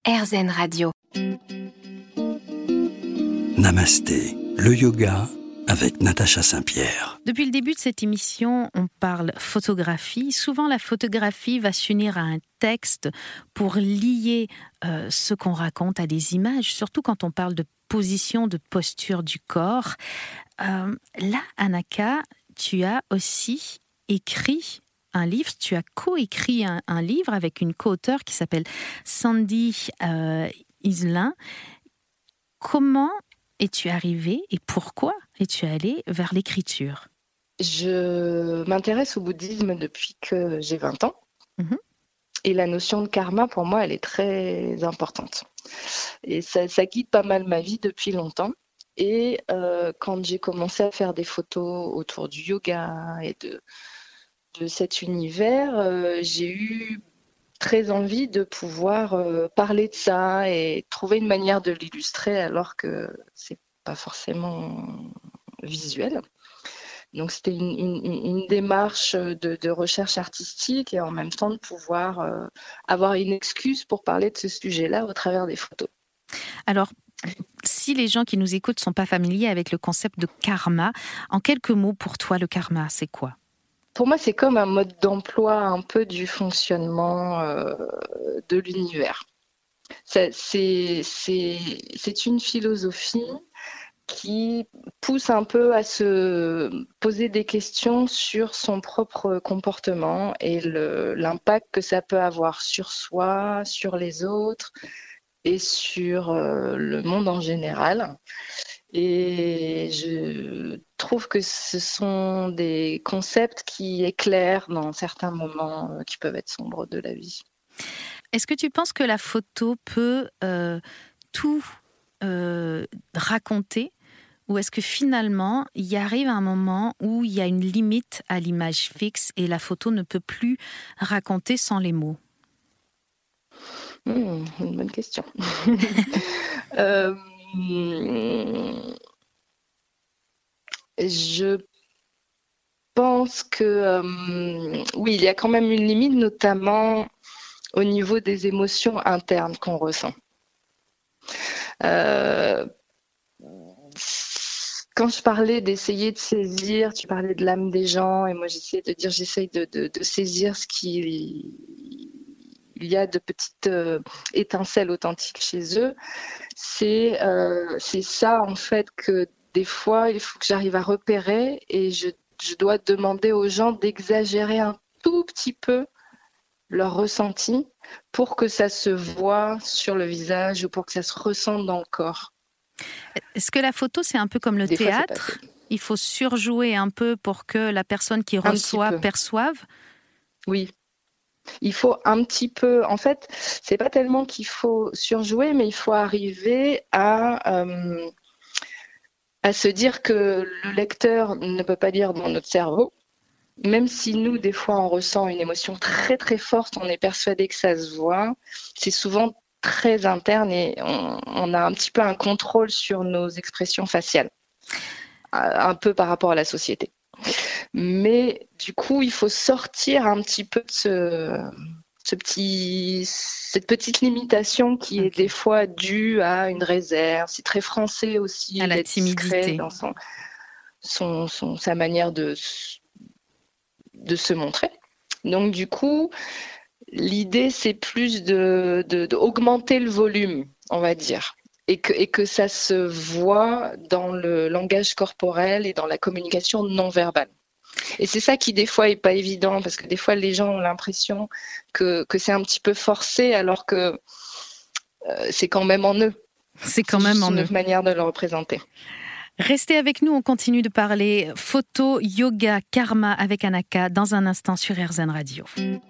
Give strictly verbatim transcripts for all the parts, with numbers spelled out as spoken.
AirZen Radio. Namasté, le yoga avec Natacha Saint-Pierre. Depuis le début de cette émission, on parle photographie. Souvent, la photographie va s'unir à un texte pour lier euh, ce qu'on raconte à des images, surtout quand on parle de position, de posture du corps. Euh, là, Anaka, tu as aussi écrit un livre, tu as coécrit un, un livre avec une co-auteure qui s'appelle Sandy euh, Iselin. Comment es-tu arrivée et pourquoi es-tu allée vers l'écriture ? Je m'intéresse au bouddhisme depuis que j'ai vingt ans. Mmh. Et la notion de karma, pour moi, elle est très importante. Et ça, ça guide pas mal ma vie depuis longtemps. Et euh, quand j'ai commencé à faire des photos autour du yoga et de, de cet univers, euh, j'ai eu très envie de pouvoir euh, parler de ça et trouver une manière de l'illustrer alors que c'est pas forcément visuel. Donc c'était une, une, une démarche de, de recherche artistique et en même temps de pouvoir euh, avoir une excuse pour parler de ce sujet-là au travers des photos. Alors, si les gens qui nous écoutent ne sont pas familiers avec le concept de karma, en quelques mots, pour toi, le karma, c'est quoi ? Pour moi, c'est comme un mode d'emploi un peu du fonctionnement euh, de l'univers. C'est, c'est, c'est, c'est une philosophie qui pousse un peu à se poser des questions sur son propre comportement et le, l'impact que ça peut avoir sur soi, sur les autres et sur euh, le monde en général. Et je trouve que ce sont des concepts qui éclairent dans certains moments euh, qui peuvent être sombres de la vie. Est-ce que tu penses que la photo peut euh, tout euh, raconter ? Ou est-ce que finalement, il y arrive un moment où il y a une limite à l'image fixe et la photo ne peut plus raconter sans les mots ? Mmh, une bonne question. euh, je pense que euh, oui, il y a quand même une limite, notamment au niveau des émotions internes qu'on ressent. Euh, Quand je parlais d'essayer de saisir, tu parlais de l'âme des gens, et moi j'essayais de dire, j'essaye de, de, de saisir ce qu'il y a de petites euh, étincelles authentiques chez eux. C'est, euh, c'est ça en fait que des fois il faut que j'arrive à repérer et je, je dois demander aux gens d'exagérer un tout petit peu leur ressenti pour que ça se voit sur le visage ou pour que ça se ressente dans le corps. Est-ce que la photo, c'est un peu comme le Des théâtre ? Il faut surjouer un peu pour que la personne qui reçoit perçoive ? Oui. Il faut un petit peu... En fait, c'est pas tellement qu'il faut surjouer, mais il faut arriver à, euh, à se dire que le lecteur ne peut pas lire dans notre cerveau. Même si nous, des fois, on ressent une émotion très très forte, on est persuadé que ça se voit. C'est souvent très interne et on, on a un petit peu un contrôle sur nos expressions faciales, un peu par rapport à la société. Mais du coup, il faut sortir un petit peu de ce, ce petit, cette petite limitation qui okay. est des fois due à une réserve. C'est très français aussi, à la d'être timidité discret dans son, son, son, sa manière de, de se montrer. Donc du coup, l'idée, c'est plus de, de, d'augmenter le volume, on va dire, et que, et que ça se voit dans le langage corporel et dans la communication non verbale. Et c'est ça qui, des fois, n'est pas évident, parce que des fois, les gens ont l'impression que, que c'est un petit peu forcé, alors que euh, c'est quand même en eux. C'est quand même en eux. C'est une autre manière de le représenter. Restez avec nous, on continue de parler photo, yoga, karma avec Anaka dans un instant sur AirZen Radio.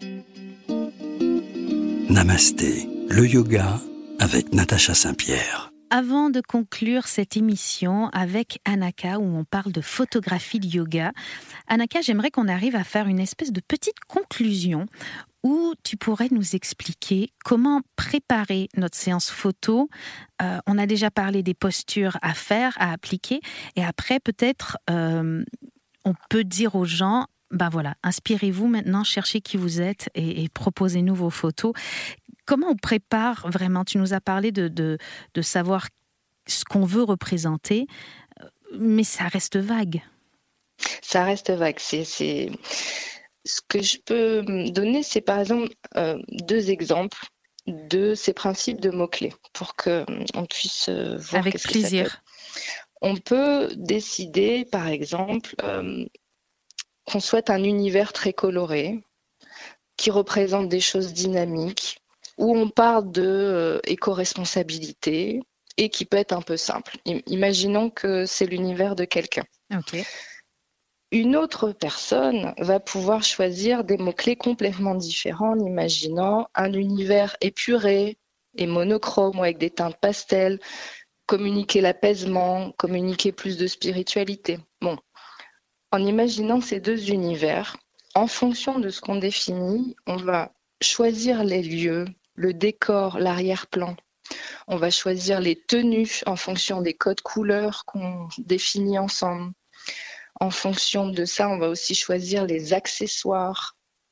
Namasté, le yoga avec Natacha Saint-Pierre. Avant de conclure cette émission avec Anaka où on parle de photographie de yoga, Anaka, j'aimerais qu'on arrive à faire une espèce de petite conclusion où tu pourrais nous expliquer comment préparer notre séance photo. Euh, on a déjà parlé des postures à faire, à appliquer, et après peut-être euh, on peut dire aux gens, ben voilà, inspirez-vous maintenant, cherchez qui vous êtes et, et proposez-nous vos photos. comment on prépare vraiment? Tu nous as parlé de, de, de savoir ce qu'on veut représenter, mais ça reste vague. Ça reste vague. C'est, c'est... Ce que je peux donner, c'est par exemple euh, deux exemples de ces principes de mots-clés pour qu'on puisse voir Avec qu'est-ce plaisir. que ça peut. On peut décider, par exemple, euh, qu'on souhaite un univers très coloré, qui représente des choses dynamiques, où on parle de euh, éco-responsabilité et qui peut être un peu simple. Imaginons que c'est l'univers de quelqu'un. Ok. Une autre personne va pouvoir choisir des mots-clés complètement différents en imaginant un univers épuré et monochrome ou avec des teintes pastel, communiquer l'apaisement, communiquer plus de spiritualité. Bon, en imaginant ces deux univers, en fonction de ce qu'on définit, on va choisir les lieux, le décor, l'arrière-plan. On va choisir les tenues en fonction des codes couleurs qu'on définit ensemble. En fonction de ça, on va aussi choisir les accessoires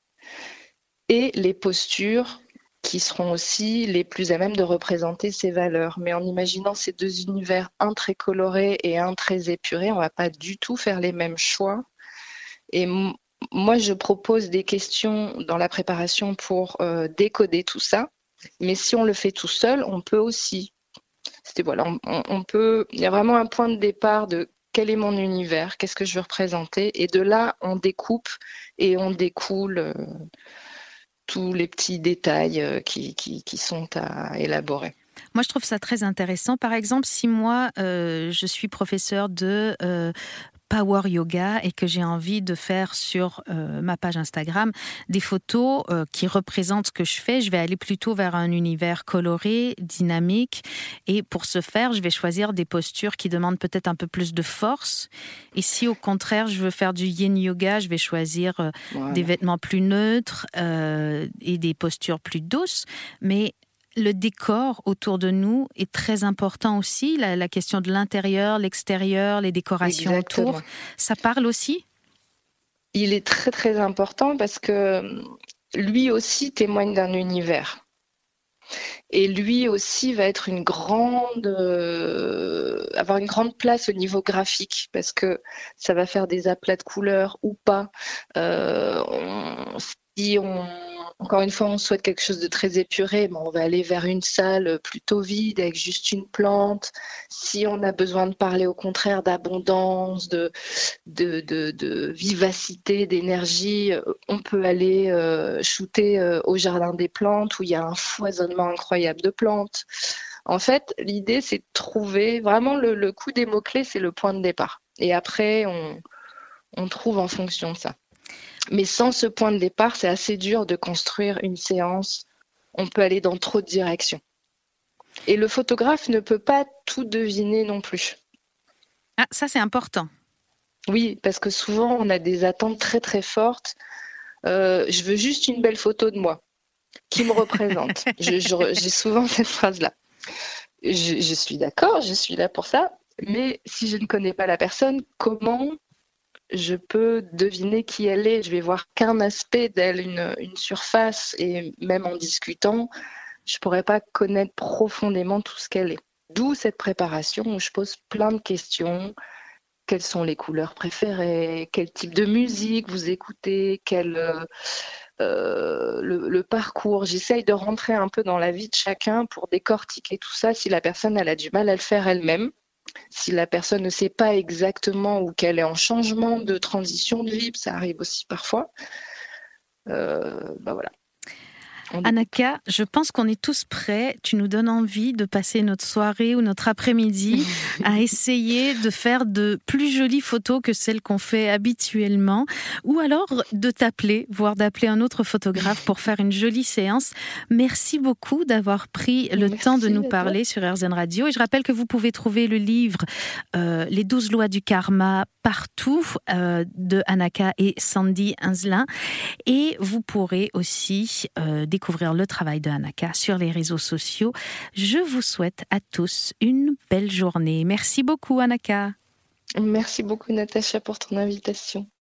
et les postures qui seront aussi les plus à même de représenter ces valeurs. Mais en imaginant ces deux univers, un très coloré et un très épuré, on ne va pas du tout faire les mêmes choix. Et m- moi, je propose des questions dans la préparation pour euh, décoder tout ça. Mais si on le fait tout seul, on peut aussi. C'était, voilà, on, on peut. Il y a vraiment un point de départ de quel est mon univers, qu'est-ce que je veux représenter, et de là, on découpe et on découle euh, tous les petits détails euh, qui, qui, qui sont à élaborer. Moi, je trouve ça très intéressant. Par exemple, si moi, euh, je suis professeure de euh, Power Yoga et que j'ai envie de faire sur euh, ma page Instagram des photos euh, qui représentent ce que je fais, je vais aller plutôt vers un univers coloré, dynamique. Et pour ce faire, je vais choisir des postures qui demandent peut-être un peu plus de force. Et si au contraire, je veux faire du yin yoga, je vais choisir euh, Voilà. des vêtements plus neutres euh, et des postures plus douces. Mais le décor autour de nous est très important aussi. La, la question de l'intérieur, l'extérieur, les décorations Exactement. autour, ça parle aussi? Il est très très important parce que lui aussi témoigne d'un univers. Et lui aussi va être une grande, euh, avoir une grande place au niveau graphique parce que ça va faire des aplats de couleurs ou pas. Euh, on, si on, encore une fois, on souhaite quelque chose de très épuré, bon, on va aller vers une salle plutôt vide avec juste une plante. Si on a besoin de parler au contraire d'abondance, de, de, de, de vivacité, d'énergie, on peut aller euh, shooter euh, au jardin des plantes où il y a un foisonnement incroyable de plantes. En fait, l'idée, c'est de trouver vraiment le, le coup des mots-clés, c'est le point de départ. Et après, on, on trouve en fonction de ça. Mais sans ce point de départ, c'est assez dur de construire une séance. On peut aller dans trop de directions. Et le photographe ne peut pas tout deviner non plus. Ah, ça c'est important. Oui, parce que souvent, on a des attentes très très fortes. Euh, je veux juste une belle photo de moi qui me représente. je, je, j'ai souvent cette phrase-là. Je, je suis d'accord, je suis là pour ça. Mais si je ne connais pas la personne, comment je peux deviner qui elle est? Je vais voir qu'un aspect d'elle, une, une surface. Et même en discutant, je ne pourrais pas connaître profondément tout ce qu'elle est. D'où cette préparation où je pose plein de questions. Quelles sont les couleurs préférées? Quel type de musique vous écoutez? Quel, euh, euh, le, le parcours? J'essaye de rentrer un peu dans la vie de chacun pour décortiquer tout ça. Si la personne elle a du mal à le faire elle-même, si la personne ne sait pas exactement ou qu'elle est en changement de transition de vie, ça arrive aussi parfois. Euh, ben voilà. Anaka, je pense qu'on est tous prêts. Tu nous donnes envie de passer notre soirée ou notre après-midi à essayer de faire de plus jolies photos que celles qu'on fait habituellement, ou alors de t'appeler, voire d'appeler un autre photographe pour faire une jolie séance. Merci beaucoup d'avoir pris le Merci temps de nous à parler toi. sur R Z N Radio. Et je rappelle que vous pouvez trouver le livre euh, Les douze lois du karma partout euh, de Anaka et Sandy Hinzelin. Et vous pourrez aussi euh, découvrir le travail de Anaka sur les réseaux sociaux. Je vous souhaite à tous une belle journée. Merci beaucoup, Anaka. Merci beaucoup, Natacha, pour ton invitation.